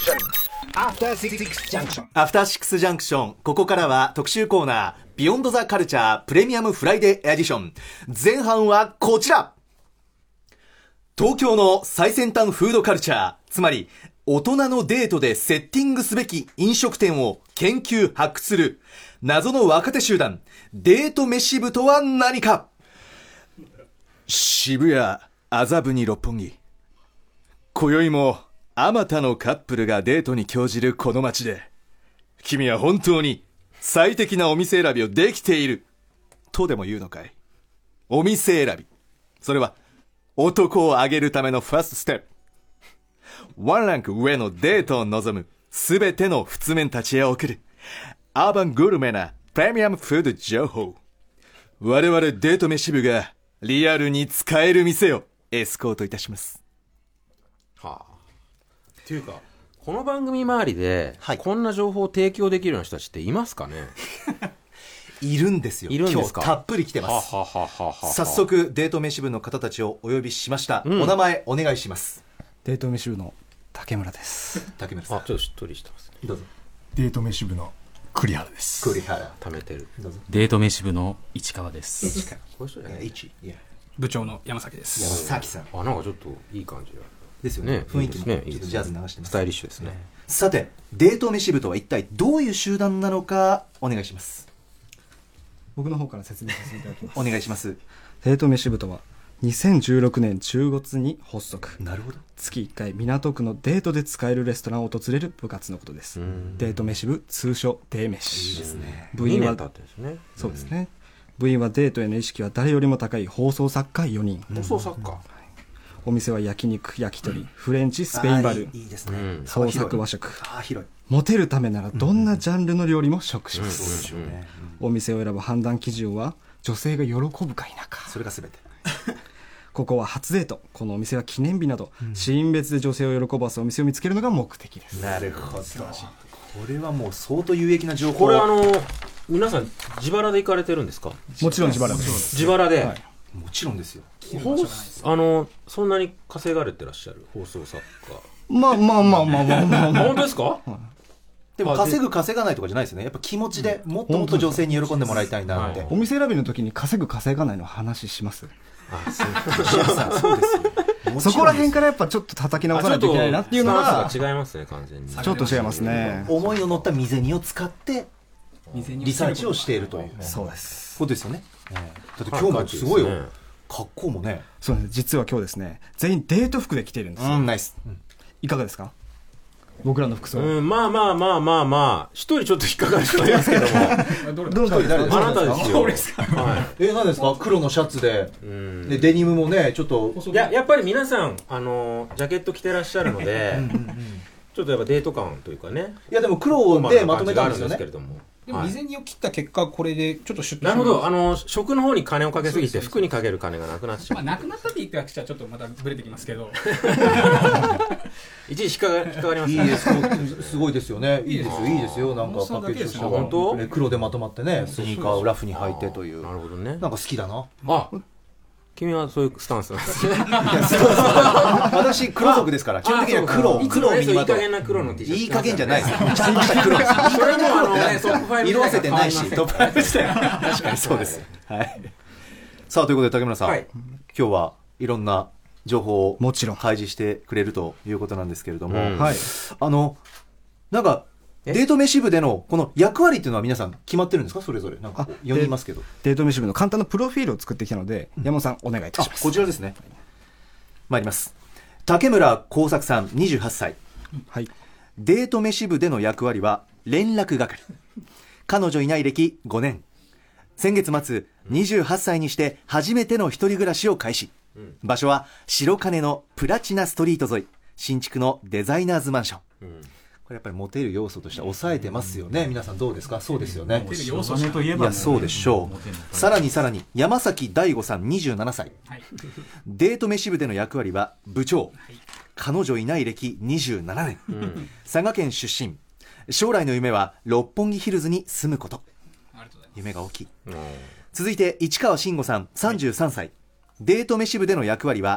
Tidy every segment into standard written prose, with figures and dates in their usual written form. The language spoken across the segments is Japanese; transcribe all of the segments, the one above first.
アフターシックスジャンクション。 アフターシックスジャンクション。ここからは特集コーナー、ビヨンドザカルチャープレミアムフライデーエディション。前半はこちら。東京の最先端フードカルチャー、つまり大人のデートでセッティングすべき飲食店を研究発掘する謎の若手集団、デート飯部とは何か。渋谷、麻布に六本木。今宵もあまたのカップルがデートに興じるこの街で、君は本当に最適なお店選びをできているとでも言うのかい。お店選び、それは男を上げるためのファーストステップ。ワンランク上のデートを望むすべての普通面たちへ送るアーバングルメなプレミアムフード情報。我々デート飯部がリアルに使える店をエスコートいたします。 はあ。っていうか、この番組周りで、 はい、 こんな情報を提供できるような人たちっていますかね？ いるんですよ。 いるんですか？ 今日たっぷり来てます。早速デート飯部の方たちをお呼びしました、お名前お願いします。 デート飯部の竹村です。 竹村さん。 ちょっとしっとりしてます、ね、 どうぞ。 デート飯部の栗原です。 栗原貯めてる。 どうぞ。 デート飯部の市川です。 市川。 こういう人じゃない？ 部長の山崎です。 山崎さん。 なんかちょっといい感じですよね。雰囲気もちょっとジャズ流してます。 スタイリッシュですね。 さて、デート飯部とは一体どういう集団なのかお願いします。 僕の方から説明させていただきます。 お願いします。 デート飯部とは2016年10月に発足。 なるほど。 月1回港区のデートで使えるレストランを訪れる部活のことです。デート飯部、通称デー飯。 いいですね。 部員は 2年経ってですね。 そうですね。部員はデートへの意識は誰よりも高い放送作家4人。 放送作家。 お店は焼肉、焼き鳥、フレンチ、スペインバル、 いいですね。 創作和食。 広い。 モテるためならどんなジャンルの料理も食します。 そうでしょうね。 お店を選ぶ判断基準は女性が喜ぶか否か。 それが全て。 ここは初デート、このお店は記念日など、シーン別で女性を喜ばすお店を見つけるのが目的です。 なるほど。これはもう相当有益な情報。 これ皆さん自腹で行かれてるんですか？ もちろん自腹です。 自腹で、 はい、 もちろんですよ。 そんなに稼がれてらっしゃる放送作家。 まあ本当ですか？ でも稼ぐ稼がないとかじゃないですよね。やっぱ気持ちでもっともっと女性に喜んでもらいたいなって。 お店選びの時に稼ぐ稼がないの話します。 そうですよ。 そこら辺からやっぱちょっと叩き直さないといけないなっていうのが違いますね、完全に。 ちょっと違いますね。 思いの乗った身銭を使ってリサーチをしているというそうですことですよね。だって今日もすごいよ。格好もね。 そうです。実は今日ですね、全員デート服で来ているんですよ。 ナイス。 いかがですか？僕らの服装。 まあ一人ちょっと引っかかる人いますけども。 どうぞ。 あなたですよ。 何ですか？黒のシャツでデニムもね、ちょっと。 やっぱり皆さんジャケット着てらっしゃるので、ちょっとやっぱデート感というかね。 いやでも黒でまとめたんですよね。 でも未然にを切った結果、これでちょっとシュッと。 なるほど。食の方に金をかけすぎて服にかける金がなくなってしまう。 なくなったって言ってわけじゃちょっとまたブレてきますけど。 一時引っかかりますね。 いいです。すごいですよね。いいですよ。なんかパッケージとしては本当？ 黒でまとまってね、スニーカーをラフに履いてという。 なるほどね。 なんか好きだな。 君はそういうスタンスなんですね。 私黒族ですから、基本的には黒を身にまとう。 いい加減な黒の T シャツ。 いい加減じゃないです。ちゃんとした黒です。 それもトップ5 色あせてないし、トップ5して確かにそうです。はい。さあということで竹村さん、今日はいろんな情報を開示してくれるということなんですけれども、なんかデート飯部でのこの役割っていうのは皆さん決まってるんですか？それぞれなんか読みますけど。 デート飯部の簡単なプロフィールを作ってきたので、山本さんお願いいたします。 こちらですね。参ります。竹村耕作さん28歳。 はい。 デート飯部での役割は連絡係。彼女いない歴5年。先月末28歳にして初めての一人暮らしを開始。場所は白金のプラチナストリート沿い、新築のデザイナーズマンション。これやっぱりモテる要素として抑えてますよね。皆さんどうですか？そうですよね。 モテる要素といえば、 いやそうでしょう。さらに山崎大吾さん27歳、デート飯部での役割は部長、彼女いない歴27年、佐賀県出身、将来の夢は六本木ヒルズに住むこと。夢が大きい。続いて市川慎吾さん33歳、デート飯部での役割は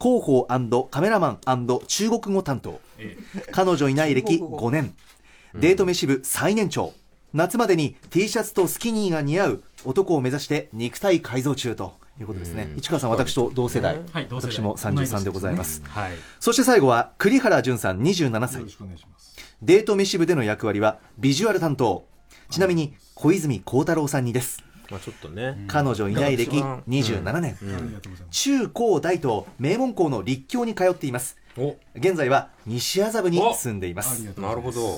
広報&カメラマン&中国語担当。彼女いない歴5年。デート飯部最年長。夏までに T シャツとスキニーが似合う男を目指して肉体改造中ということですね。市川さん、私と同世代、私も33でございます。そして最後は栗原潤さん27歳。デート飯部での役割はビジュアル担当。ちなみに小泉孝太郎さんにです。 まあちょっとね、 彼女いない歴27年、中高大と名門校の立教に通っています。現在は西麻布に住んでいます。 なるほど。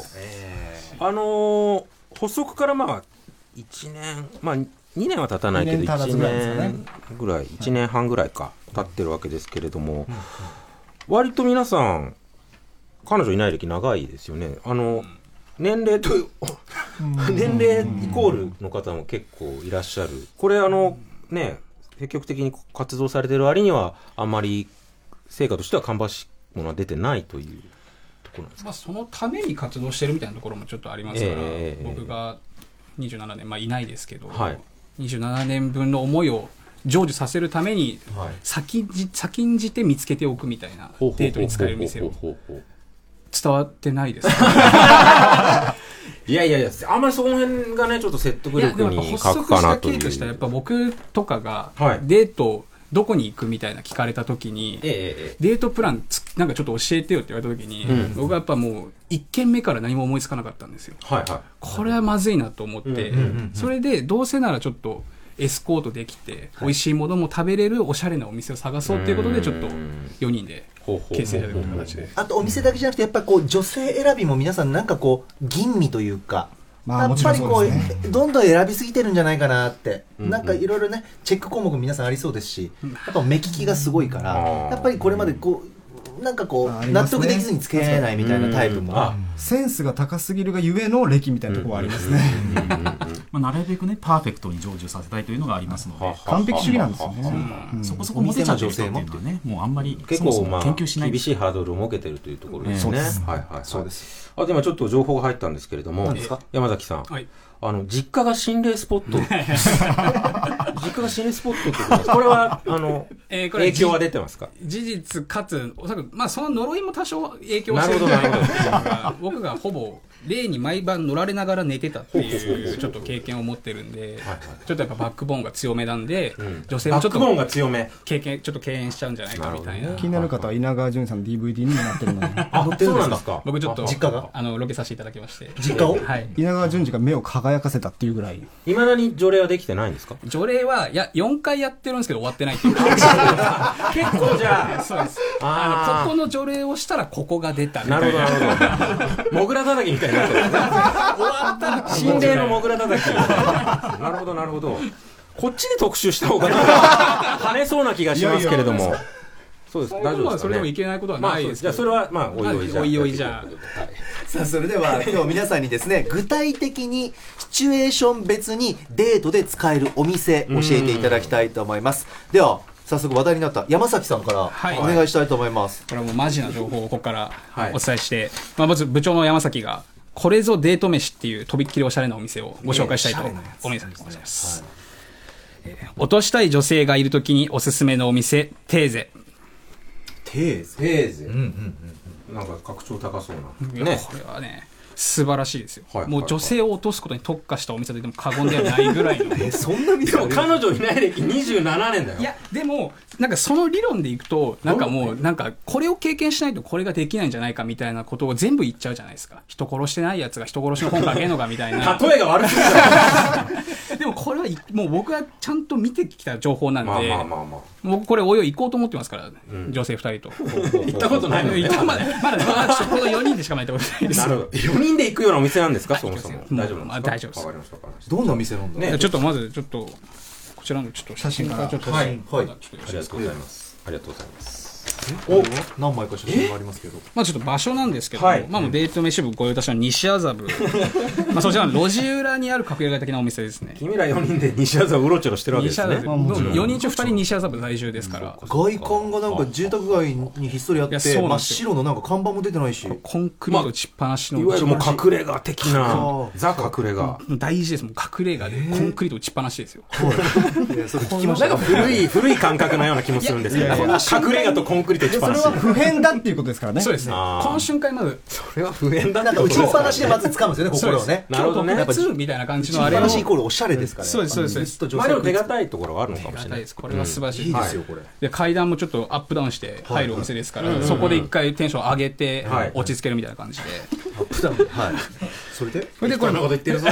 発足からまあ1年、まあ2年は経たないけど1年ぐらい、1年半ぐらいか経ってるわけですけれども、割と皆さん彼女いない歴長いですよね。年齢と年齢イコールの方も結構いらっしゃる。これね、積極的に活動されてる割にはあんまり成果としては芳しいものは出てないというところなんですか。 まあ、そのために活動してるみたいなところもちょっとありますから、僕が27年、まあいないですけど、27年分の思いを成就させるために先んじて見つけておくみたいなデートに使える店を伝わってないですいやいやいや、あんまりその辺がねちょっと説得力に欠くかなという。 としたらやっぱ僕とかがデートどこに行くみたいな聞かれた時に、デートプランなんかちょっと教えてよって言われた時に、僕はやっぱもう1軒目から何も思いつかなかったんですよ。これはまずいなと思って、それでどうせならちょっとエスコートできて美味しいものも食べれるおしゃれなお店を探そうっていうことでちょっと4人で形成される形で。 あとお店だけじゃなくてやっぱりこう女性選びも皆さんなんかこう吟味というか、やっぱりこうどんどん選びすぎてるんじゃないかなって、なんかいろいろねチェック項目皆さんありそうですし、やっぱ目利きがすごいから、やっぱりこれまでこうなんかこう納得できずにつけられないみたいなタイプも、 センスが高すぎるがゆえの歴みたいなところはありますね。 なるべくねパーフェクトに成就させたいというのがありますので、 完璧主義なんですよね。 そこそこモテちゃってる人っていうのはね、もうあんまり結構研究しない、 厳しいハードルを設けてるというところですね。 そうです。 で今ちょっと情報が入ったんですけれども、山崎さん、実家が心霊スポット実家が心霊スポットってことです。これは影響は出てますか。 事実かつおそらくまあその呪いも多少影響してる。僕がほぼ霊に毎晩乗られながら寝てたっていうちょっと経験を持ってるんで、ちょっとやっぱバックボーンが強めなんで、女性もちょっとバックボーンが強め経験ちょっと敬遠しちゃうんじゃないかみたいな。 気になる方は稲川淳さんの DVD にもなってるのでそうなんですか。 僕ちょっと実家がロケさせていただきまして、 実家を稲川淳二が目を輝かせたっていうぐらい。 いまだに除霊はできてないんですか。 除霊はいや4回やってるんですけど終わってないっていう結構じゃあそうです。ここの除霊をしたらここが出たみたいな。 なるほどなるほど。モグラ叩きみたいになってる。終わったら心霊のモグラ叩き。なるほどなるほど。こっちで特集した方が跳ねそうな気がしますけれども。そうです。大丈夫ですかね。 それでもいけないことはないです。 じゃあそれはまあおいおいじゃあ。 さあそれでは今日皆さんにですね、具体的にシチュエーション別にデートで使えるお店教えていただきたいと思います。では早速話題になった山崎さんからお願いしたいと思います。 これはもうマジな情報をここからお伝えして、まず部長の山崎がこれぞデート飯っていうとびっきりおしゃれなお店をご紹介したいと思います。落としたい女性がいるときにおすすめのお店、テーゼ。 テーゼ。なんか格調高そうな。 ね、これはね素晴らしいですよ。もう女性を落とすことに特化したお店と言っても過言ではないぐらいのそんな店でも彼女いない歴27年だよ。 いやでもなんかその理論でいくとなんかもうなんかこれを経験しないとこれができないんじゃないかみたいなことを全部言っちゃうじゃないですか。人殺してないやつが人殺しの本書けんのかみたいな例えが悪すぎるでもこれはもう僕がちゃんと見てきた情報なんで、僕これおいおい行こうと思ってますから、女性2人と行ったことないのね。 まだこの4人でしかないと思ってないです。 なるほど。4人で行くようなお店なんですか。そもそも大丈夫ですか。 大丈夫です。 わかりました。 どんな店なんだ。 ちょっとまずちょっとこちらのちょっと写真からちょっとはい。ありがとうございます。ありがとうございます。 何枚か写真がありますけど、 まあちょっと場所なんですけど、まあもうデート飯部ご用達の西麻布まあそちらの路地裏にある隠れ家的なお店ですね。 君ら4人で西麻布うろちょろしてるわけですね。 4人中2人西麻布在住ですから。 外観がなんか住宅街にひっそりあって真っ白のなんか看板も出てないし、 コンクリート打ちっぱなしの、 いわゆるもう隠れ家的なザ隠れ家大事です。もう隠れ家でコンクリート打ちっぱなしですよ。 それ聞きました。 なんか古い感覚のような気もするんですけど、隠れ家とコンクリりと打ちっぱなし。 それは不変だっていうことですからね。 そうですね。この瞬間にまず、 それは不変だっなんか打ちっぱなしでまず掴むんですよね、心をね。 なるほどね。 やっぱみたいな感じのあれを。 打ちっぱなしイコールおしゃれですからね。 そうです、そうです。 まあでも手堅いところはあるのかもしれないです。これは素晴らしい。 いいですよ、これ。 で、階段もちょっとアップダウンして入るお店ですから、そこで一回テンション上げて、落ち着けるみたいな感じで。 アップダウン。はい。それでこんなこと言ってるぞ。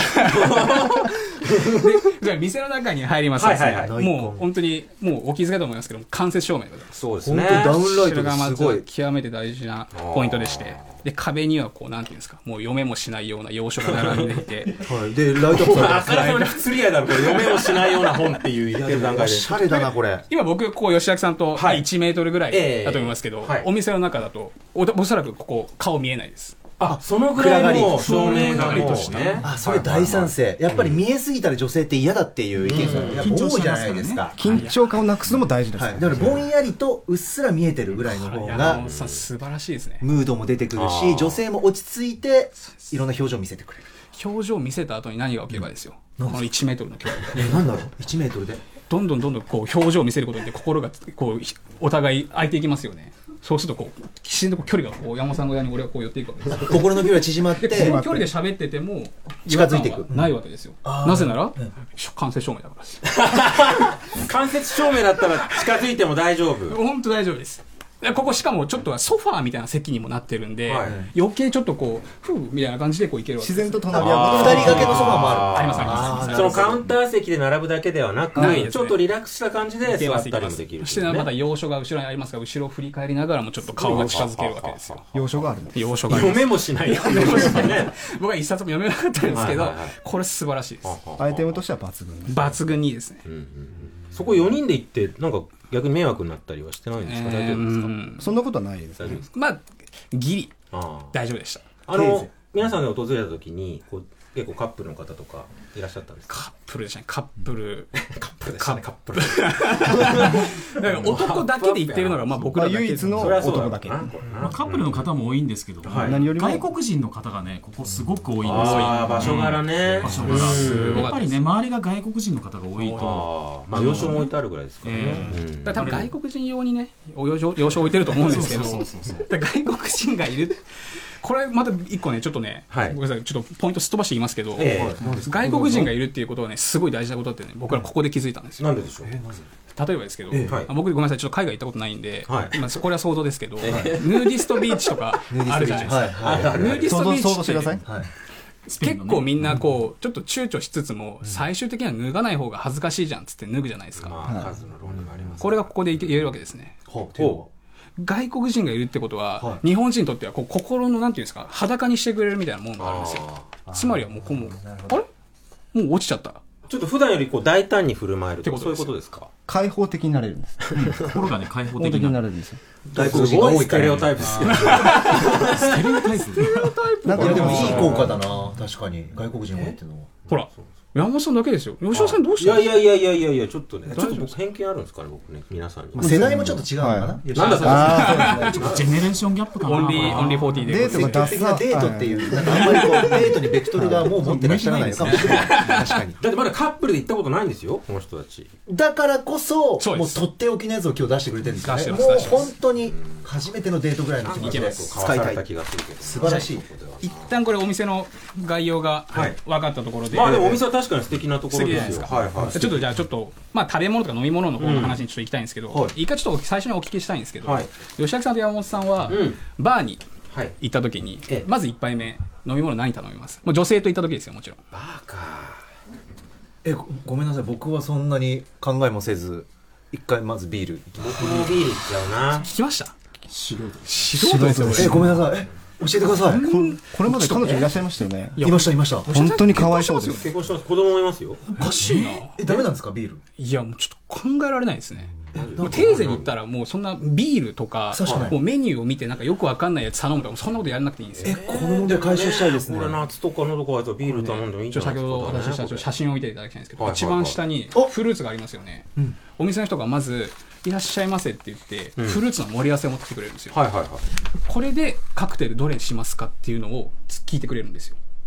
じゃあ店の中に入りますもう本当に、もうお気づかいと思いますけども、間接照明がございます。 そうですね。 ダウンライトががすごい。 極めて大事なポイントでして。で、壁にはこう、なんていうんですか、もう読めもしないような洋書が並んでいて。 はい。で、ライトアップあからさまに不釣り合いだろ、これ。読めもしないような本っていう言ってる段階で。 おしゃれだな、これ。 今僕、こう、吉明さんと1メートルぐらいだと思いますけど、お店の中だと、おそらくここ、顔見えないです。 あ、そのぐらいの照明がもうね。 あ、それ大賛成。やっぱり見えすぎたら女性って嫌だっていう意見が多いじゃないですか。 緊張感をなくすのも大事です。 だからぼんやりとうっすら見えてるぐらいの方が素晴らしいですね。 ムードも出てくるし、女性も落ち着いていろんな表情を見せてくれる。 表情を見せた後に何が起きるかですよ。この1メートルの距離。 なんだろう、1メートルで。 どんどんこう表情を見せることで心がこうお互い空いていきますよね。そうするとこうきちんと距離がこう山本さんの側に俺がこう寄っていくわけです。 心の距離が縮まって、 この距離で喋ってても近づいていく。 ないわけですよ。なぜなら間接照明だからです。 間接照明だったら近づいても大丈夫。 本当大丈夫です。ここしかもちょっとソファーみたいな席にもなってるんで、余計ちょっとこうふうみたいな感じでこういけるわけです。 自然と隣り合う。2人掛けのソファーもある。 ありますあります。 そのカウンター席で並ぶだけではなく、ちょっとリラックスした感じで座ったりもできる。 そしてまた要所が後ろにありますが、後ろを振り返りながらもちょっと顔が近づけるわけですよ。 要所があるんです。 要所が読めもしない。 僕は一冊も読めなかったんですけど、これ素晴らしいです。 アイテムとしては抜群です。 抜群にいいですね。 そこ4人で行ってなんか逆に迷惑になったりはしてないんですか？大丈夫ですか？ そんなことはないです。 大丈夫ですか？ まあギリ大丈夫でした。 皆さんが訪れた時にこう結構カップルの方とかいらっしゃったんですか？ カップルでしたね。カップルでしたね。カップルだから男だけで行ってるのがまあ僕ら唯一の男だけ。 カップルの方も多いんですけど、外国人の方がねここすごく多いんですよ。 場所柄ね。 場所柄やっぱりね周りが外国人の方が多いと、 まあ洋書も置いてあるぐらいですからね。 多分外国人用にね洋書置いてると思うんですけど、外国人がいる。これまた一個ねちょっとね、ごめんなさいちょっとポイントすっ飛ばして言いますけど、外国人がいるっていうことはねすごい大事なことってね僕らここで気づいたんですよ。 なんででしょう？ 例えばですけど、僕ごめんなさいちょっと海外行ったことないんで、今これは想像ですけど、ヌーディストビーチとかあるじゃないですか。ヌーディストビーチって結構みんなこうちょっと躊躇しつつも最終的には脱がない方が恥ずかしいじゃんっつって脱ぐじゃないですか。これがここで言えるわけですね。外国人がいるってことは、日本人にとってはこう心のなんていうんですか裸にしてくれるみたいなものがあるんですよ。つまりはもうこうあれもう落ちちゃった。 ちょっと普段よりこう大胆に振る舞えるとかそういうことですか？ 開放的になれるんです。 心がね開放的になるんですよ。 外国人が多いステレオタイプですよ。 ステレオタイプ。 なんかでもいい効果だな確かに外国人多いってのは。 ほら。山本さんだけですよ。吉尾さんどうした？ いやちょっとねちょっと僕偏見あるんですかね僕ね皆さんに。 世代もちょっと違うのかな。 なんだそれ。 ジェネレーションギャップかな。 オンリー40で。 デートがダスなデートっていうなんかあんまりこうデートにベクトルがもう持ってらっしゃらないのかもしれない。確かに。 だってまだカップルで行ったことないんですよこの人たち。 だからこそもうとっておきのやつを今日出してくれてるんですよね。もう本当に初めてのデートぐらいの気持ちで使いたい気がするけど。 素晴らしい。 一旦これお店の概要が分かったところで。 まあでもお店は確かに素敵なところ。 ちょっとじゃあちょっとまあ食べ物とか飲み物の方の話にちょっと行きたいんですけど、一回ちょっと最初にお聞きしたいんですけど、吉明さんと山本さんはバーに行った時にまず1杯目飲み物何頼みます？もう女性と行った時ですよもちろん。 バーか。 ごめんなさい僕はそんなに考えもせず一回まずビール。 僕もビールいっちゃうな。 聞きました？ 素人ですよ。 ごめんなさい。教えてください。 これまで彼女いらっしゃいましたよね。 いました。 本当にかわいそうですよ。 結婚してます。子供もいますよ。 おかしいな。 ダメなんですかビール？ いやもうちょっと考えられないですね。もうテーゼに行ったらもうそんなビールとかもうメニューを見てなんかよくわかんないやつ頼むとかそんなことやらなくていいんですよ。 この問題解消したいですね。 俺夏とか喉乾いたらビール頼んでもいいんじゃないですか。 先ほど私した写真を見ていただきたいんですけど、一番下にフルーツがありますよね。お店の人がまずいらっしゃいませって言って、フルーツの盛り合わせを持ってきてくれるんですよ。これでカクテルどれしますかっていうのを聞いてくれるんですよ。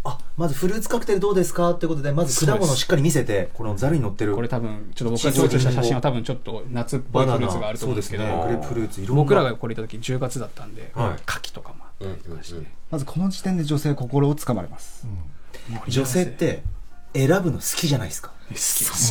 まずフルーツカクテルどうですかってことで、まず果物をしっかり見せて、このザルに乗ってる。 これ多分、ちょっと僕が撮影した写真は多分ちょっと夏っぽいフルーツがあると思うんですけど、 グレープフルーツいろんな。 僕らがこれ行った時10月だったんで、柿とかもあったりとかして。 まずこの時点で女性心をつかまれます。 女性って選ぶの好きじゃないですか。 好きです。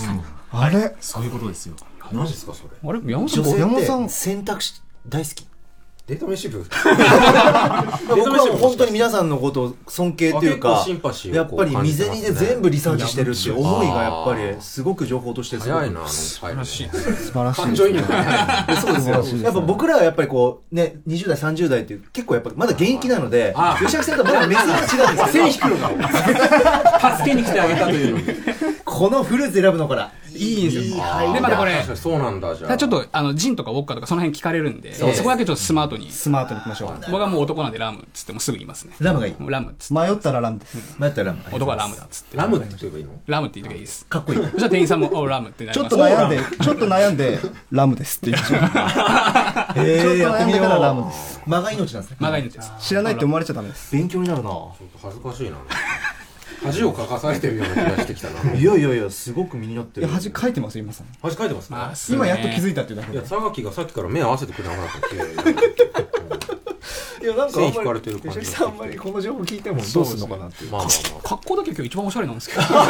あれそういうことですよ。 何ですかそれ。 あれ山本さん選択肢大好き。 デート飯部僕は本当に皆さんのことを尊敬っていうか、やっぱり未然で全部リサーチしてるっていう思いがやっぱりすごく情報としてすごく早いな。 素晴らしい。 素晴らしい。 感情移入そうですよ。やっぱ僕らはやっぱりこうね、20代30代っていう結構やっぱまだ現役なので、吉明さんと僕は目線が違うんですよ。 線引くのが助けに来てあげたというのに。 このフルーツ選ぶのからいいんですよ。 でまたこれそうなんだ。じゃあちょっとジンとかウォッカとかその辺聞かれるんで、そこだけちょっとスマートに行きましょう。 僕はもう男なんでラムっつってもすぐ言いますね。 ラムがいい。 ラムっつって。 迷ったらラムです。 迷ったらラム。 男はラムだっつって。 ラムって言えばいいの？ ラムって言うときはいいです。 かっこいい。 そしたら店員さんもラムってなります。 ちょっと悩んでラムですって言っちゃう。 やってみよう。 ラムです。 間が命なんですね。 間が命です。 知らないって思われちゃダメです。 勉強になるな。ちょっと恥ずかしいな。恥をかかされてるような気がしてきたな。 いやすごく身になってる。 恥かいてます今さん。 恥かいてますか？ 今やっと気づいたっていうだけで。 いや榊がさっきから目合わせてくれなかったって。 いやなんか引かれてる感じ。 吉木さんあんまりこの情報聞いてもどうするのかなっていう。 まあ格好だけ今日一番おしゃれなんですけど。 ちょっと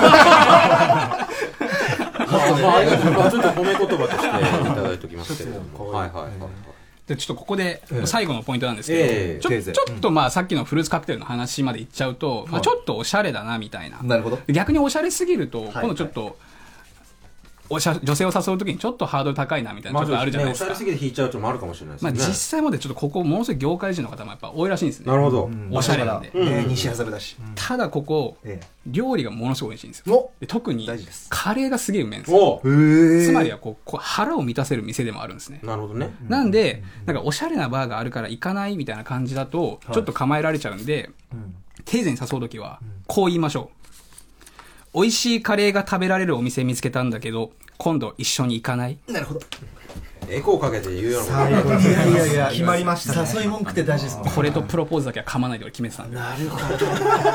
褒め言葉としていただいておきますけれども。はい。 でちょっとここで最後のポイントなんですけど、ちょっとまあさっきのフルーツカクテルの話までいっちゃうと、ちょっとおしゃれだなみたいな。 なるほど。 逆におしゃれすぎると今度ちょっと女性を誘うときにちょっとハードル高いなみたいなちょっとあるじゃないですか。 おしゃれすぎて引いちゃうともあるかもしれないですね。 実際までちょっとここものすごい業界人の方もやっぱ多いらしいんですね。 なるほど。 おしゃれなんで。 西麻布だし。 ただここ料理がものすごい美味しいんですよ。特にカレーがすげえうめえんですよ。つまりはこう腹を満たせる店でもあるんですね。 なるほどね。 なんでなんかおしゃれなバーがあるから行かないみたいな感じだとちょっと構えられちゃうんで、丁寧に誘うときはこう言いましょう。美味しいカレーが食べられるお店見つけたんだけど今度一緒に行かない？ なるほど。 エコーかけて言うような。 いや決まりましたね。 誘い文句って大事ですもん。 これとプロポーズだけは噛まないで俺決めてたんで。 なるほど。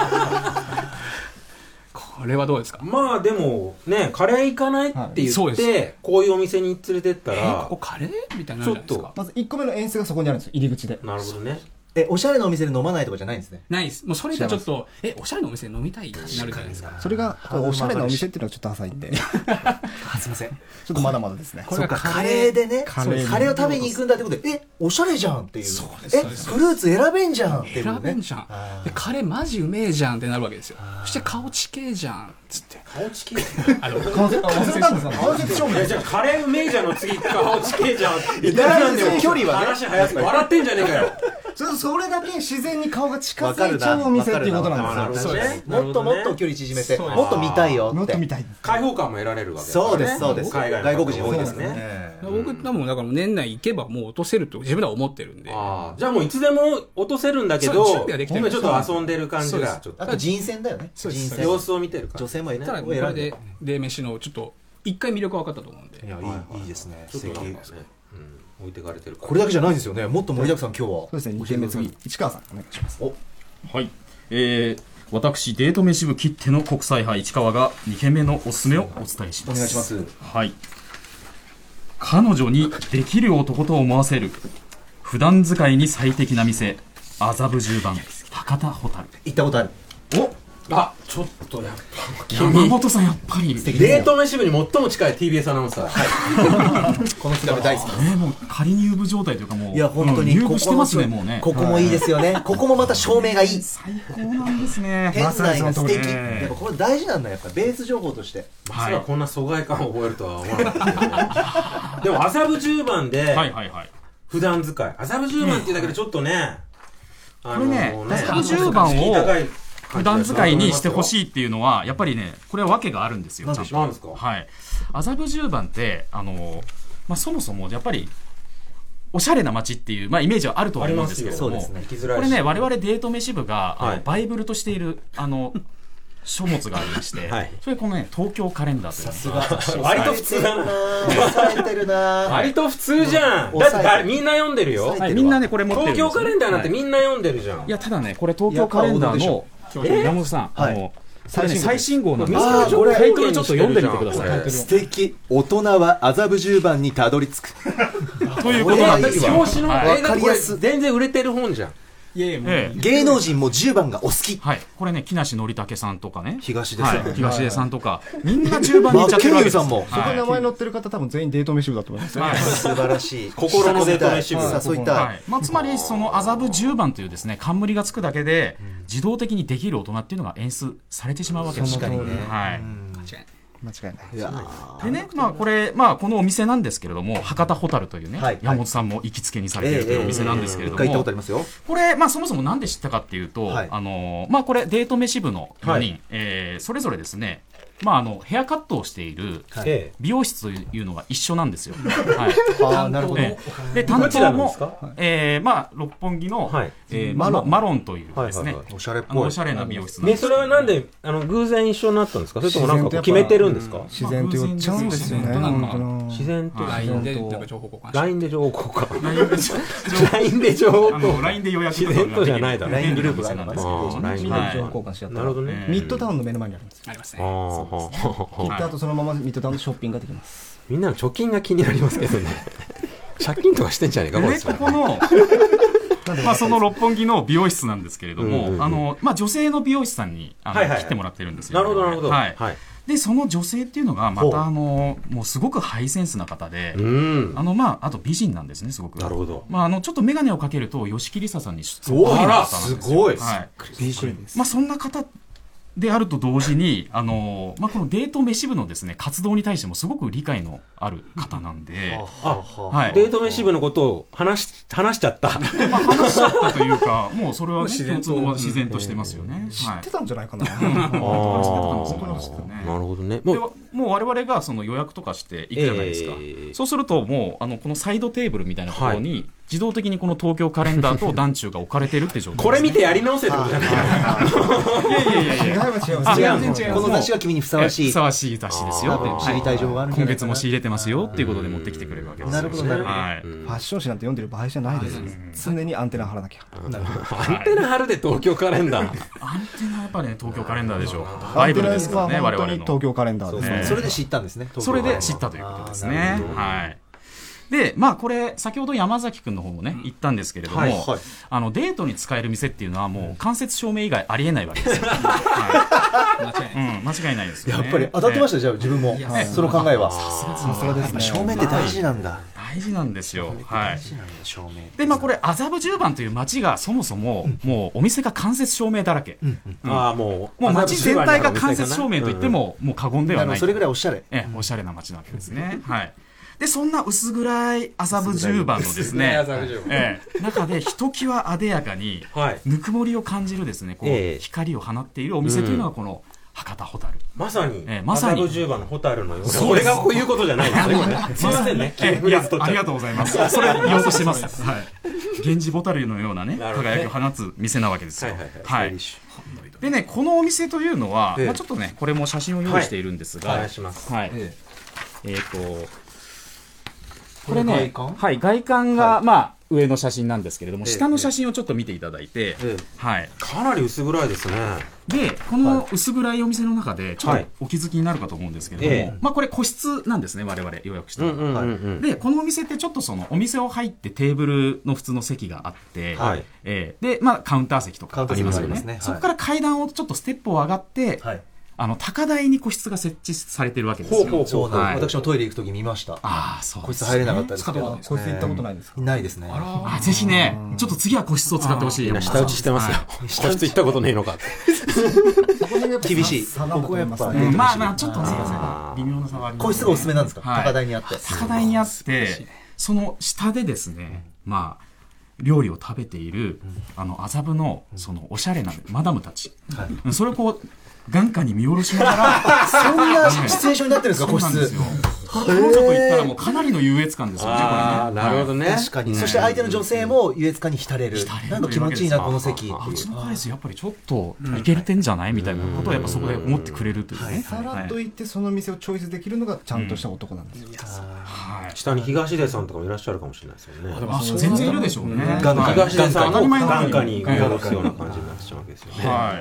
これはどうですか？ まあでもね、カレー行かないって言ってこういうお店に連れてったら、 ここカレーみたいなのあるじゃないですか。 まず1個目の演出がそこにあるんですよ、入り口で。 なるほどね。 おしゃれなお店で飲まないとかじゃないんですね。 ないです。もうそれがちょっとおしゃれなお店で飲みたいってなるじゃないですか。 それがおしゃれなお店っていうのはちょっと浅いんで。 すいません。 ちょっとまだまだですね。 これがカレーでね、カレーを食べに行くんだってことで、おしゃれじゃんっていう。フルーツ選べんじゃんっていう。 選べんじゃん。でカレーマジうめえじゃんってなるわけですよ。そして顔ちけえじゃんつって。 顔ちけえ。 忘れたんですか？顔ちけえ。 じゃあカレーうめえじゃんの次顔ちけえじゃん。距離はね。話早く笑ってんじゃねえかよ。 それだけ自然に顔が近づいちゃうお店っていうことなんですよ。 もっともっと距離縮めて、もっと見たいよって。 もっと見たい。 開放感も得られるわけですね。そうですそうです。 外国人多いですね。 僕多分だから年内行けばもう落とせると自分では思ってるんで。 じゃあもういつでも落とせるんだけど、今ちょっと遊んでる感じが。 あと人選だよね。人選。 様子を見てるから。 女性もいただこれで飯のちょっと一回魅力分かったと思うんで。 いやいいですね。 素敵。置いてかれてるから。 これだけじゃないんですよね。もっと盛りだくさん今日は。 そうですね。2軒目次市川さんお願いします。 はい。私デート飯部きっての国際派市川が2軒目のおすすめをお伝えします。 お願いします。 はい。彼女にできる男と思わせる普段使いに最適な店麻布十番博多ホタル。 行ったことある。 ちょっとやっぱ山本さんやっぱりデート飯部に最も近い TBS アナウンサー。 この姿大好き。 もう仮入部状態というかもういや本当に入部してますねもうね。 ここもいいですよね。ここもまた照明がいい。 最高なんですね。 店内が素敵。やっぱこれ大事なんだやっぱベース情報として。 まさかこんな疎外感を覚えるとは思わなかった。でも麻布十番で普段使い麻布十番っていうだけでちょっとね。 これね麻布十番を普段使いにしてほしいっていうのはやっぱりねこれは訳があるんですよ。 何ですか？ はい。麻布十番ってそもそもやっぱりおしゃれな街っていうイメージはあると思うんですけれども、これね我々デート飯部がバイブルとしている書物がありまして、それこのね東京カレンダーという。 さすが。 割と普通だな。 抑えてるな。 割と普通じゃん。だってみんな読んでるよ。 みんなねこれ持ってるんですよ。 東京カレンダーなんてみんな読んでるじゃん。 いやただねこれ東京カレンダーの山本さん、最新号のタイトルちょっと読んでみてください。 素敵。大人は麻布十番にたどり着く。 ということなんですよ。 表紙のわかりやすい。全然売れてる本じゃん。 芸能人も10番がお好き。 はい。これね、木梨憲武さんとかね。 東出さん。 東出さんとか、みんな10番に行っちゃってるわけです。 さんも。 そこに名前載ってる方多分全員デート飯部だと思いますね。 素晴らしい。 心のデート飯部。 そういった。 つまり、その麻布10番というですね、冠がつくだけで、自動的にできる大人っていうのが演出されてしまうわけです。 確かにね。 はい。 間違いない。 でね、これ、このお店なんですけれども、博多ホタルというね、山本さんも行きつけにされているというお店なんですけれども、 行ったことありますよ。 これ、そもそもなんで知ったかっていうと、これ、デート飯部の4人、それぞれですね、ヘアカットをしている美容室というのが一緒なんですよ。 なるほど。 で、担当も、六本木のマロンというですね、 おしゃれっぽい。 おしゃれな美容室なんです。 それはなんで、偶然一緒になったんですか？それともなんか決めてるんですか？ 自然と寄っちゃうんですよね。 自然と。 LINE でなんか情報交換。 LINE で情報交換。 LINE で情報交換。LINE で予約。 自然とじゃないだろ。 LINE グループがあるんですけど、 LINE で情報交換しちゃった。 なるほどね。 ミッドタウンの目の前にあるんですよ。 ありますね。 行った後そのままミッドタウンのショッピングができます。 みんなの貯金が気になりますけどね。借金とかしてんじゃねえか、これ。 ここのその六本木の美容室なんですけれども、女性の美容師さんに切ってもらってるんですよ。 なるほどなるほど。 でその女性っていうのがまたもうすごくハイセンスな方で、あと美人なんですね、すごく。 なるほど。 ちょっと眼鏡をかけると吉木りささんにすごいな、すごい。 美人です。 そんな方であると同時にこのデート飯部のですね活動に対してもすごく理解のある方なんで、 デート飯部のことを話しちゃった。 話しちゃったというか、もうそれはね共通は自然としてますよね。 知ってたんじゃないかな。 なるほどね。 もう我々がその予約とかして行くじゃないですか。そうするともうこのサイドテーブルみたいなところに自動的にこの東京カレンダーと団中が置かれてるって状態。 これ見てやり直せってことじゃない。 違う。 この雑誌は君にふさわしい。 ふさわしい雑誌ですよ。 知りたい情報がある。 今月も仕入れてますよっていうことで持ってきてくれるわけです。 なるほどなるほど。 ファッション誌なんて読んでる場合じゃないです。常にアンテナ張らなきゃ。 アンテナ張るで東京カレンダー。 アンテナやっぱね東京カレンダーでしょう。バイブルですからね我々の。 東京カレンダーですね。 それで知ったんですね。 それで知ったということですね。はい。でこれ先ほど山崎君の方もね言ったんですけれども、デートに使える店っていうのはもう間接照明以外ありえないわけですよ。間違いないですよね。 やっぱり当たってましたじゃあ自分もその考えは。 さすがですね。 照明って大事なんだ。 大事なんですよ。でこれ麻布十番という街がそもそももうお店が間接照明だらけ。もう街全体が間接照明といってももう過言ではない。 それぐらいおしゃれ。 おしゃれな街なわけですね。はい。でそんな薄暗い麻布十番のですね中でひときわあでやかにぬくもりを感じるですね光を放っているお店というのがこの博多ホタル。 まさに麻布十番のホタルのような。俺がこういうことじゃないですね。すみませんね。 ありがとうございます。それ言おうとしてます。源氏ボタルのようなね輝きを放つ店なわけですよ。でねこのお店というのはちょっとねこれも写真を用意しているんですが、これね、外観が上の写真なんですけれども、下の写真をちょっと見ていただいて、 かなり薄暗いですね。 でこの薄暗いお店の中でちょっとお気づきになるかと思うんですけれども、これ個室なんですね我々予約したの。でこのお店ってちょっとそのお店を入ってテーブルの普通の席があって、でカウンター席とかありますよね。そこから階段をちょっとステップを上がって、高台に個室が設置されてるわけですよ。 私もトイレ行くとき見ました。個室入れなかったですけど。 個室行ったことないですか？ ないですね。 ぜひね、ちょっと次は個室を使ってほしい。 みんな下打ちしてますよ。個室行ったことねえのか。 厳しい。ここやっぱちょっとね微妙な差はあります。 個室がおすすめなんですか？高台にあって。 高台にあってその下でですね料理を食べている麻布のそのおしゃれなマダムたち、それをこう眼下に見下ろしながらそんなシチュエーションになってるんですか？個室。 彼女といったらもうかなりの優越感ですよね。 なるほどね。 確かに。そして相手の女性も優越感に浸れる。なんか気持ちいいなこの席。 うちの彼氏やっぱりちょっといけてんじゃないみたいなことをやっぱそこで思ってくれるというね。 さらっと言ってその店をチョイスできるのがちゃんとした男なんですよ。 下に東出さんとかもいらっしゃるかもしれないですよね。 全然いるでしょうね。 東出さんも眼下に見下ろすような感じになってしまうわけですよね。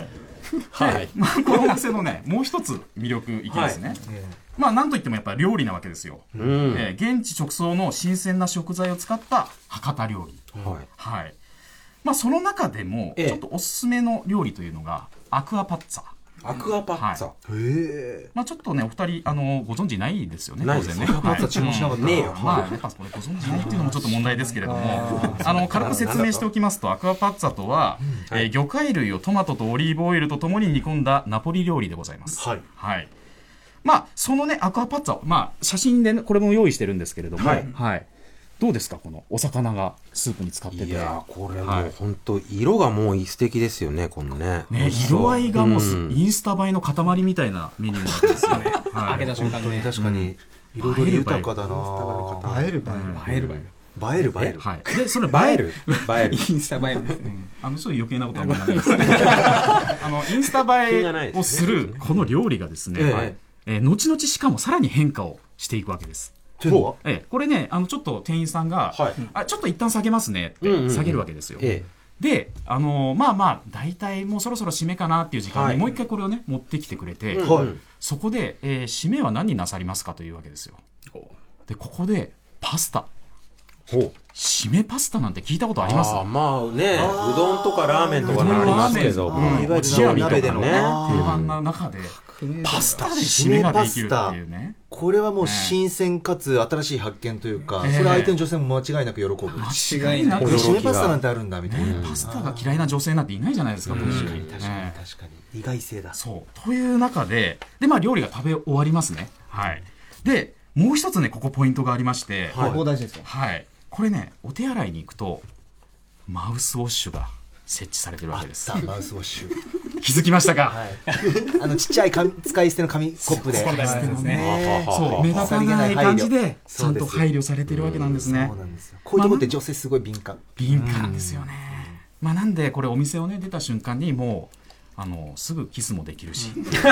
はい。まあ、このお店のね、もう一つ魅力いきますね。まあ、なんといってもやっぱり料理なわけですよ。現地直送の新鮮な食材を使った博多料理。はい。まあ、その中でも、ちょっとおすすめの料理というのが、アクアパッツァ。 アクアパッツァ。 へえ。まあちょっとね、お二人、ご存知ないですよね、 当然ね。 アクアパッツァ注文しなかった。 ねえよ。 まあ、やっぱこれご存知ないっていうのもちょっと問題ですけれども、軽く説明しておきますと、アクアパッツァとは、魚介類をトマトとオリーブオイルとともに煮込んだナポリ料理でございます。はい。はい。まあ、そのね、アクアパッツァを、まあ、写真で、ね、これも用意してるんですけれども、はい。どうですか、このお魚がスープに使ってて。 いやこれもう本当、色がもう素敵ですよね、このね。 色合いがもうインスタ映えの塊みたいなメニューなんですよね。 開けた瞬間に。 確かに彩り豊かだな。 映える。 はい。で、それ映えるインスタ映えるですね。 そういう余計なことはあんまりないですね。インスタ映えをするこの料理がですね、後々しかもさらに変化をしていくわけです。これね、ちょっと店員さんが、ちょっと一旦下げますねって下げるわけですよ。で、まあ、大体もうそろそろ締めかなっていう時間にもう一回これをね、持ってきてくれて、そこで、締めは何になさりますかというわけですよ。で、ここで、パスタ。締めパスタなんて聞いたことあります？ まあね、うどんとかラーメンとかありますけど、 いわゆる鍋でのね、 定番の中で、パスタで締めができるっていうね。 これはもう新鮮かつ新しい発見というか、それ相手の女性も間違いなく喜ぶ。 間違いなく締めパスタなんてあるんだみたいな。 パスタが嫌いな女性なんていないじゃないですか、 確かに意外性だ。 そうという中で、まあ料理が食べ終わりますね。はい。で、もう一つね、ここポイントがありまして、 ここ大事ですよ。 はい。これね、お手洗いに行くとマウスウォッシュが設置されてるわけです。 マウスウォッシュ気づきましたか？ ちっちゃい使い捨ての紙コップで、 そう目立たない感じでちゃんと配慮されてるわけなんですね。 こういうところって女性すごい敏感ですよね。まあなんでこれお店をね出た瞬間にもうすぐキスもできるし。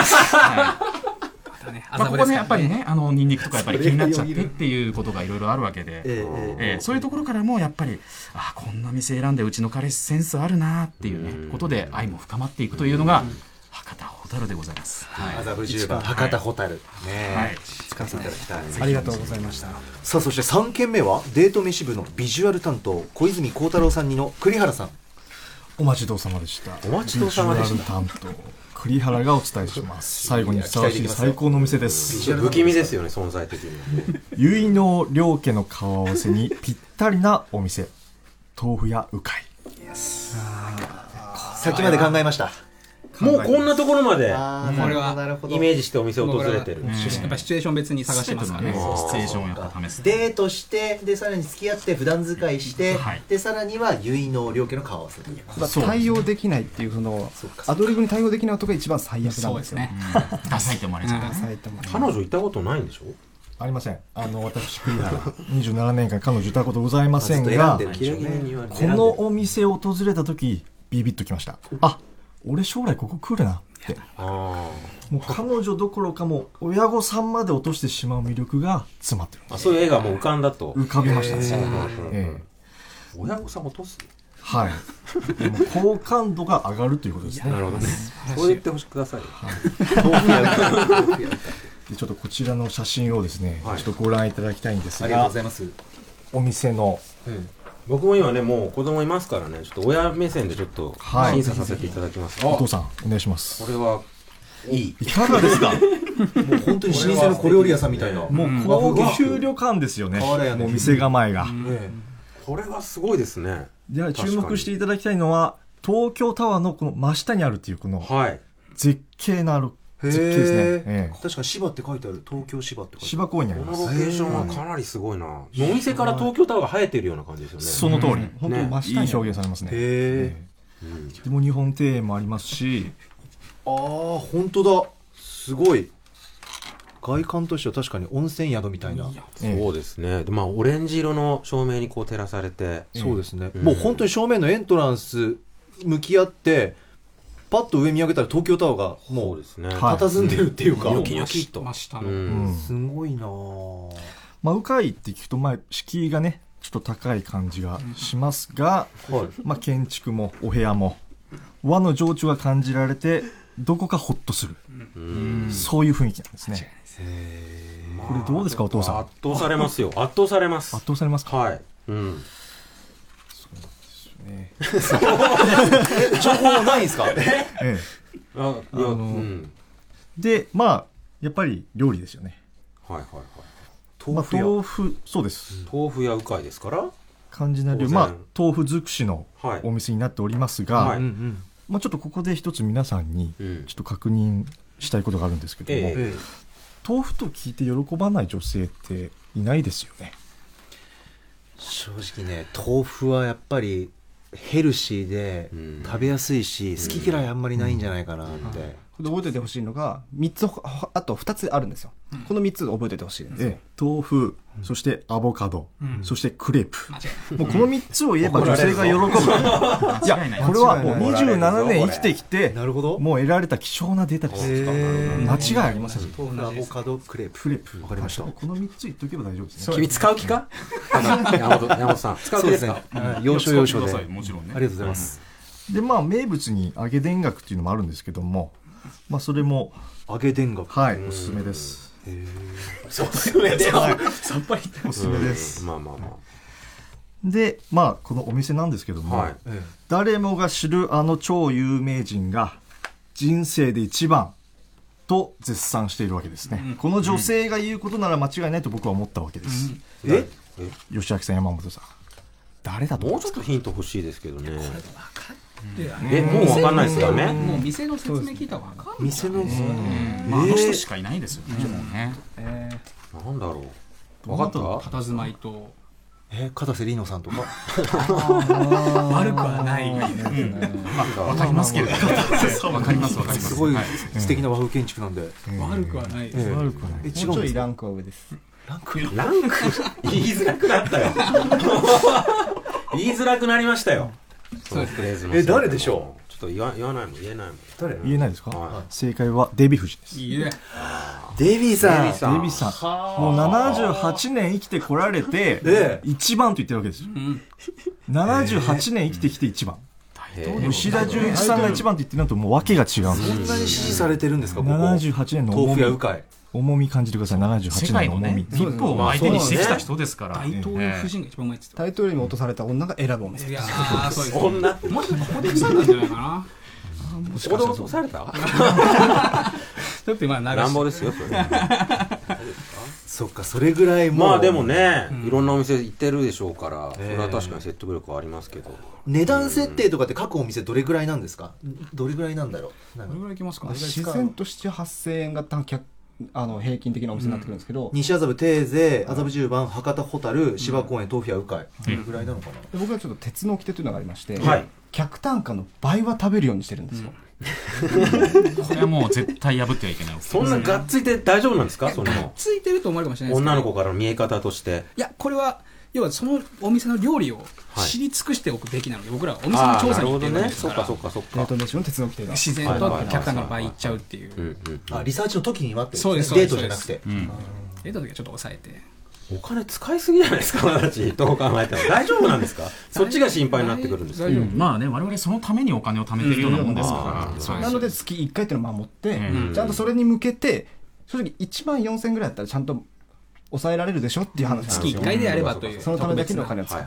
ここねやっぱりねニンニクとかやっぱり気になっちゃってっていうことがいろいろあるわけで、そういうところからもやっぱりこんな店選んでうちの彼氏センスあるなっていうねことで愛も深まっていくというのが博多ホタルでございます。 麻布十番博多ホタルね、使っていただきたい。 ありがとうございました。 さあそして3軒目はデート飯部のビジュアル担当小泉孝太郎さんにの栗原さん。 お待ちどうさまでした。 お待ちどうさまでした。 ビジュアル担当栗原がお伝えします。最後にふさわしい最高のお店です。 不気味ですよね、存在的に。 結納両家の顔合わせにぴったりなお店、豆腐屋うかい。 先まで考えました。 もうこんなところまでこれはイメージしてお店を訪れてる。 やっぱシチュエーション別に探してますからね。 シチュエーションをやっぱ試す。 デートしてでさらに付き合って普段使いしてでさらには結納両家の顔合わせ。 対応できないっていうそのアドリブに対応できないことが一番最悪なんですよね。 ダサいと思われちゃうからね。 彼女いたことないんでしょ？ ありません。私栗原27年間彼女いたことございませんが、このお店を訪れた時ビビッときました。俺将来ここ来るなって。もう彼女どころかもう親御さんまで落としてしまう魅力が詰まってる。 そういう絵がもう浮かんだと。 浮かびましたね。 親御さん落とす？ はい。でも好感度が上がるということですね。 なるほどね。そう言ってほしください。 ちょっとこちらの写真をですね、ちょっとご覧いただきたいんですが、 ありがとうございます。 お店の、 僕も今ねもう子供いますからね、ちょっと親目線でちょっと審査させていただきます。 お父さんお願いします。 これはいい。 いかがですか？ もう本当に老舗の小料理屋さんみたいな。 もう高級旅館ですよね。もう店構えが。 これはすごいですね。 では注目していただきたいのは東京タワーのこの真下にあるっていうこの絶景のある絶景ですね。 確かに芝って書いてある。東京芝って書いてある。 芝公園にあります。 このロケーションはかなりすごいな。お店から東京タワーが生えてるような感じですよね。 その通り。本当に真下にいい表現されますね。でも日本庭園もありますし、 本当だ。すごい。外観としては確かに温泉宿みたいな。 そうですね。まあオレンジ色の照明にこう照らされて、 そうですね。もう本当に正面のエントランス向き合ってパッと上見上げたら東京タワーがもう佇んでるっていうか、 ニョキニョキとすごいな。 うかいって聞くと敷居がねちょっと高い感じがしますが、建築もお部屋も和の情緒が感じられてどこかホッとする、そういう雰囲気なんですね。これどうですかお父さん。 圧倒されますよ。圧倒されます。 圧倒されますか。 はい。 情報ないんですか。 でまあやっぱり料理ですよね。 はいはいはい。 豆腐、そうです。 豆腐屋うかいですから。 肝心な料理、豆腐尽くしのお店になっておりますが、ちょっとここで一つ皆さんにちょっと確認したいことがあるんですけども、豆腐と聞いて喜ばない女性っていないですよね。 正直ね、豆腐はやっぱりヘルシーで食べやすいし、好き嫌いあんまりないんじゃないかなって。 覚えておいてほしいのが3つ、あと2つあるんですよ。この3つ覚えておいてほしいんですよ。 豆腐、そしてアボカド、そしてクレープ。もうこの3つを言えば女性が喜ぶ。いや、これはもう27年生きてきてもう得られた貴重なデータです。間違いありません。 豆腐、アボカド、クレープ。わかりました。 この3つ言っとけば大丈夫ですね。 君使う気か？山本さん使う気ですか？ 要所要所で。 もちろんね。 ありがとうございます。 で名物に揚げ田楽っていうのもあるんですけども、それも揚げ田楽、 はい、おすすめです。 おすすめです。 さっぱりおすすめです。でこのお店なんですけども、誰もが知る超有名人が人生で一番と絶賛しているわけですね。この女性が言うことなら間違いないと僕は思ったわけです。吉明さん、山本さん、誰だと思いますか？ もうちょっとヒント欲しいですけどね。 これ分かってもう分かんないですよね。 もう店の説明聞いたら分かんない。 店のあの人しかいないですよね。 なんだろう。分かった？ 佇まいと片瀬里乃さんとか。 悪くはない。 分かりますけれど。分かります分かります。 すごい素敵な和風建築なんで悪くはないです。 もうちょいランクは上です。 ランク言いづらくなったよ。言いづらくなりましたよ。 誰でしょう？ちょっと言えないもん。 誰？言えないですか？正解はデヴィ夫人です。 いいね。 デヴィさん。 もう78年生きてこられて一番と言ってるわけですよ。78年生きてきて一番。石田純一さんが一番と言ってるのともう訳が違うんです。 そんなに支持されてるんですか？ここ 78年の豆腐屋うかい。 重み感じてください。78年の重み。 日本を相手にしてきた人ですから。 大統領夫人が一番うまいって言ってた。 大統領に落とされた女が選ぶお店。 いやー、そうです。 女もしここでされたんじゃないかな。 ここで落とされた？ ちょっと今乱暴ですよそれ。 そっか、それぐらいもうでもね、いろんなお店行ってるでしょうから、それは確かに説得力はありますけど。 値段設定とかって各お店どれぐらいなんですか？どれぐらいなんだろう。 どれぐらいいきますか？ 自然と7、8000円が平均的なお店になってくるんですけど、 西麻布定税、麻布十番、博多ホタル、芝公園、豆腐屋うかい、どれぐらいなのかな。 僕はちょっと鉄の掟というのがありまして、客単価の倍は食べるようにしてるんですよ。 これはもう絶対破ってはいけない。 そんながっついて大丈夫なんですか？ がっついてると思われるかもしれないですけど、 女の子からの見え方として。 いや、これは要はそのお店の料理を知り尽くしておくべきなので、僕らはお店の調査に行ってるんですから。 そっか。 デート飯の鉄の規定が自然と客単価の倍いっちゃうっていう。 リサーチの時にはってそうです。 デートじゃなくて。 デートの時はちょっと抑えて。 お金使いすぎじゃないですか、私。どう考えても大丈夫なんですか？そっちが心配になってくるんですか？ まあね、我々そのためにお金を貯めてるようなもんですから。 なので月1回っていうのを守って、ちゃんとそれに向けて正直1万4000円ぐらいだったらちゃんと抑えられるでしょっていう話なんですよ。 月1回でやればという、 そのためだけのお金を使う。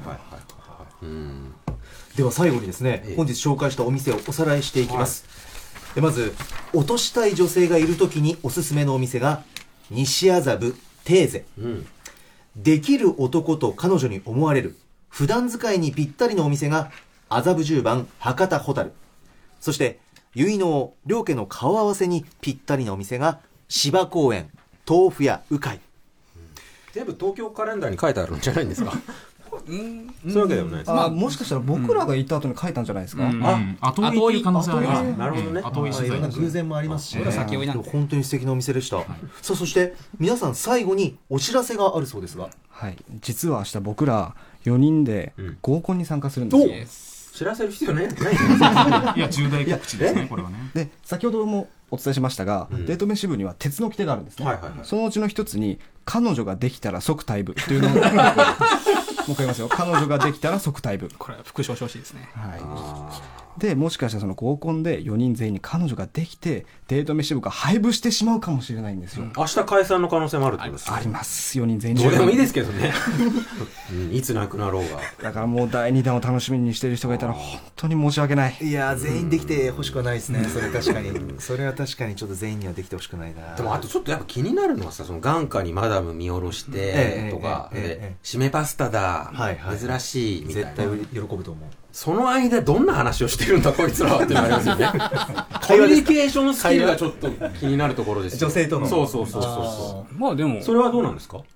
では最後にですね、本日紹介したお店をおさらいしていきます。まず落としたい女性がいるときにおすすめのお店が西麻布定税。できる男と彼女に思われる普段使いにぴったりのお店が麻布十番博多ホタル。そして結納両家の顔合わせにぴったりなお店が芝公園豆腐屋うかい。 全部東京カレンダーに書いてあるんじゃないんですか？そういうわけでもないです。 もしかしたら僕らが行った後に書いたんじゃないですか？ 後追いっていう可能性はあります。 なるほどね。 後追い取材。 偶然もありますし、 先追いなんで本当に素敵なお店でした。さあ、そして皆さん最後にお知らせがあるそうですが、 はい、実は明日僕ら4人で合コンに参加するんですよ。知らせる必要ない。 いや、重大告知ですね、これはね。 で、先ほどもお伝えしましたが、デート飯部には鉄の規定があるんですね。そのうちの一つに彼女ができたら即退部というのをもう一回言いますよ。彼女ができたら即退部。 これは副賞賞子ですね。 でもしかしたらその合コンで4人全員に彼女ができてデート飯部が廃部してしまうかもしれないんですよ。 明日解散の可能性もあるってことですか？ あります。4人全員どうでもいいですけどねいつなくなろうが。 だからもう第2弾を楽しみにしている人がいたら本当に申し訳ない。 いや全員できてほしくはないですね。それ確かにそれは確かにちょっと全員にはできてほしくないな。 でもあとちょっとやっぱ気になるのはさ、その眼下にマダム見下ろしてとか締めパスタだ、珍しいみたいな、 絶対喜ぶと思う。 その間どんな話をしてるんだこいつらはってなりますよねコミュニケーションスキルがちょっと気になるところです。 女性との。 そうまあでもそれはどうなんですか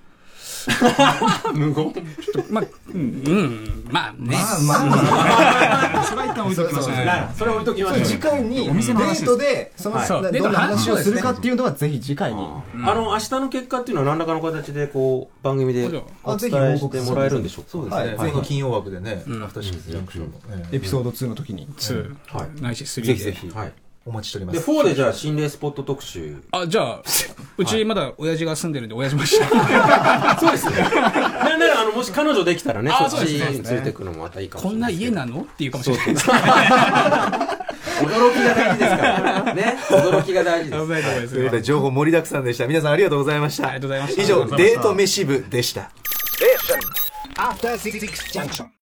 無言まあねそれは一旦置いときましょう。 それは置いときましょう。 次回にデートでそのどんな話をするかっていうのはぜひ次回に明日の結果っていうのは何らかの形でこう番組でお伝えしてもらえるんでしょうか。 そうですね。ぜひ金曜枠でね、アフターシックスジャンクションのエピソード2の時に 2ないし3でぜひぜひお待ちしております。 で4でじゃあ心霊スポット特集。 じゃあうちまだ親父が住んでるんで親父もしたそうですね。なんならもし彼女できたらね、そっちについていくのもまたいいかもしれない。 こんな家なのっていうかもしれない。 驚きが大事ですからね。驚きが大事です。 ということで情報盛りだくさんでした。皆さんありがとうございました。 ありがとうございました。 以上デート飯部でした。 After 66 junction.